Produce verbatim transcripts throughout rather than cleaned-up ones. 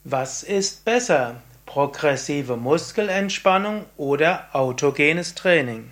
Was ist besser? Progressive Muskelentspannung oder autogenes Training?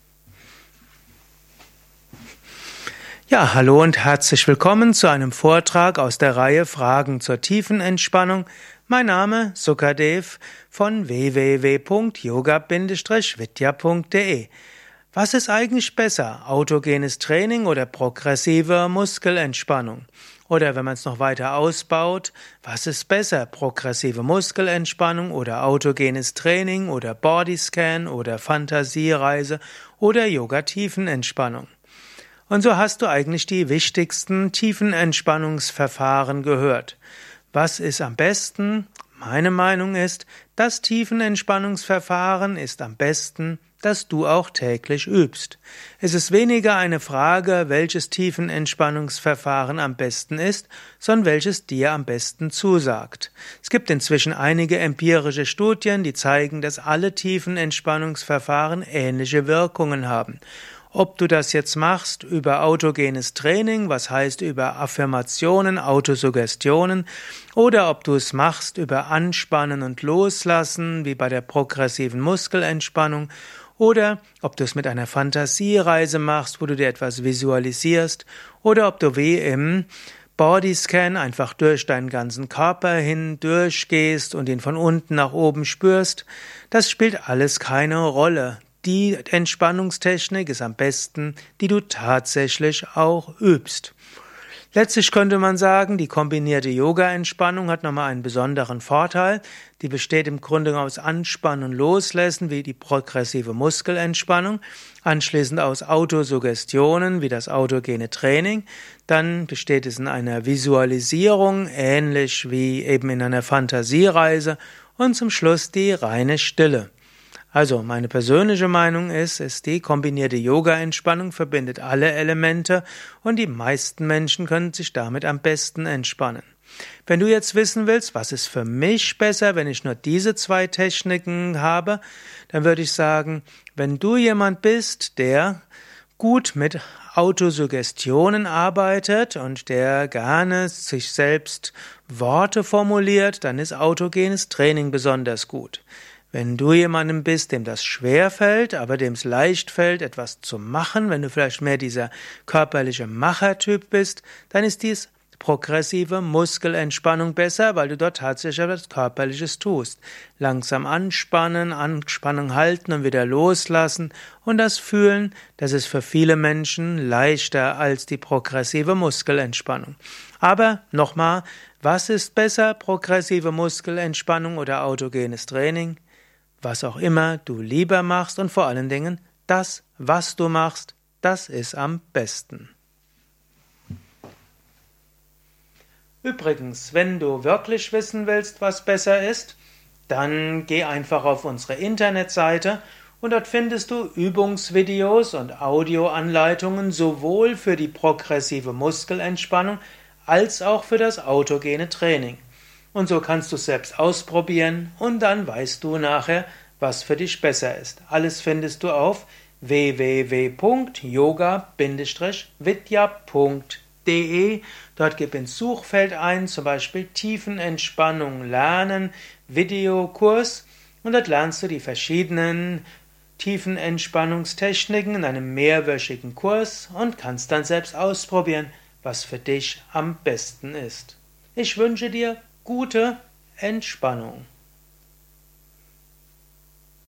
Ja, hallo und herzlich willkommen zu einem Vortrag aus der Reihe Fragen zur tiefen Entspannung. Mein Name Sukadev von w w w punkt yoga vidya punkt de. Was ist eigentlich besser? Autogenes Training oder progressive Muskelentspannung? Oder wenn man es noch weiter ausbaut, was ist besser? Progressive Muskelentspannung oder autogenes Training oder Bodyscan oder Fantasiereise oder Yoga-Tiefenentspannung? Und so hast du eigentlich die wichtigsten Tiefenentspannungsverfahren gehört. Was ist am besten? Meine Meinung ist, das Tiefenentspannungsverfahren ist am besten, das du auch täglich übst. Es ist weniger eine Frage, welches Tiefenentspannungsverfahren am besten ist, sondern welches dir am besten zusagt. Es gibt inzwischen einige empirische Studien, die zeigen, dass alle Tiefenentspannungsverfahren ähnliche Wirkungen haben. Ob du das jetzt machst über autogenes Training, was heißt über Affirmationen, Autosuggestionen, oder ob du es machst über Anspannen und Loslassen, wie bei der progressiven Muskelentspannung, oder ob du es mit einer Fantasiereise machst, wo du dir etwas visualisierst, oder ob du wie im Bodyscan einfach durch deinen ganzen Körper hin durchgehst und ihn von unten nach oben spürst, das spielt alles keine Rolle. Die Entspannungstechnik ist am besten, die du tatsächlich auch übst. Letztlich könnte man sagen, die kombinierte Yoga-Entspannung hat nochmal einen besonderen Vorteil. Die besteht im Grunde aus Anspannen und Loslassen, wie die progressive Muskelentspannung, anschließend aus Autosuggestionen, wie das autogene Training. Dann besteht es in einer Visualisierung, ähnlich wie eben in einer Fantasiereise, und zum Schluss die reine Stille. Also, meine persönliche Meinung ist, ist die kombinierte Yoga-Entspannung verbindet alle Elemente und die meisten Menschen können sich damit am besten entspannen. Wenn du jetzt wissen willst, was ist für mich besser, wenn ich nur diese zwei Techniken habe, dann würde ich sagen, wenn du jemand bist, der gut mit Autosuggestionen arbeitet und der gerne sich selbst Worte formuliert, dann ist autogenes Training besonders gut. Wenn du jemandem bist, dem das schwer fällt, aber dem es leicht fällt, etwas zu machen, wenn du vielleicht mehr dieser körperliche Machertyp bist, dann ist dies progressive Muskelentspannung besser, weil du dort tatsächlich etwas Körperliches tust. Langsam anspannen, Anspannung halten und wieder loslassen und das Fühlen, das ist für viele Menschen leichter als die progressive Muskelentspannung. Aber nochmal, was ist besser, progressive Muskelentspannung oder autogenes Training? Was auch immer du lieber machst und vor allen Dingen das, was du machst, das ist am besten. Übrigens, wenn du wirklich wissen willst, was besser ist, dann geh einfach auf unsere Internetseite und dort findest du Übungsvideos und Audioanleitungen sowohl für die progressive Muskelentspannung als auch für das autogene Training. Und so kannst du es selbst ausprobieren und dann weißt du nachher, was für dich besser ist. Alles findest du auf w w w punkt yoga vidya punkt de. Dort gib ins Suchfeld ein, zum Beispiel Tiefenentspannung lernen, Videokurs, und dort lernst du die verschiedenen Tiefenentspannungstechniken in einem mehrwöchigen Kurs und kannst dann selbst ausprobieren, was für dich am besten ist. Ich wünsche dir gute Entspannung.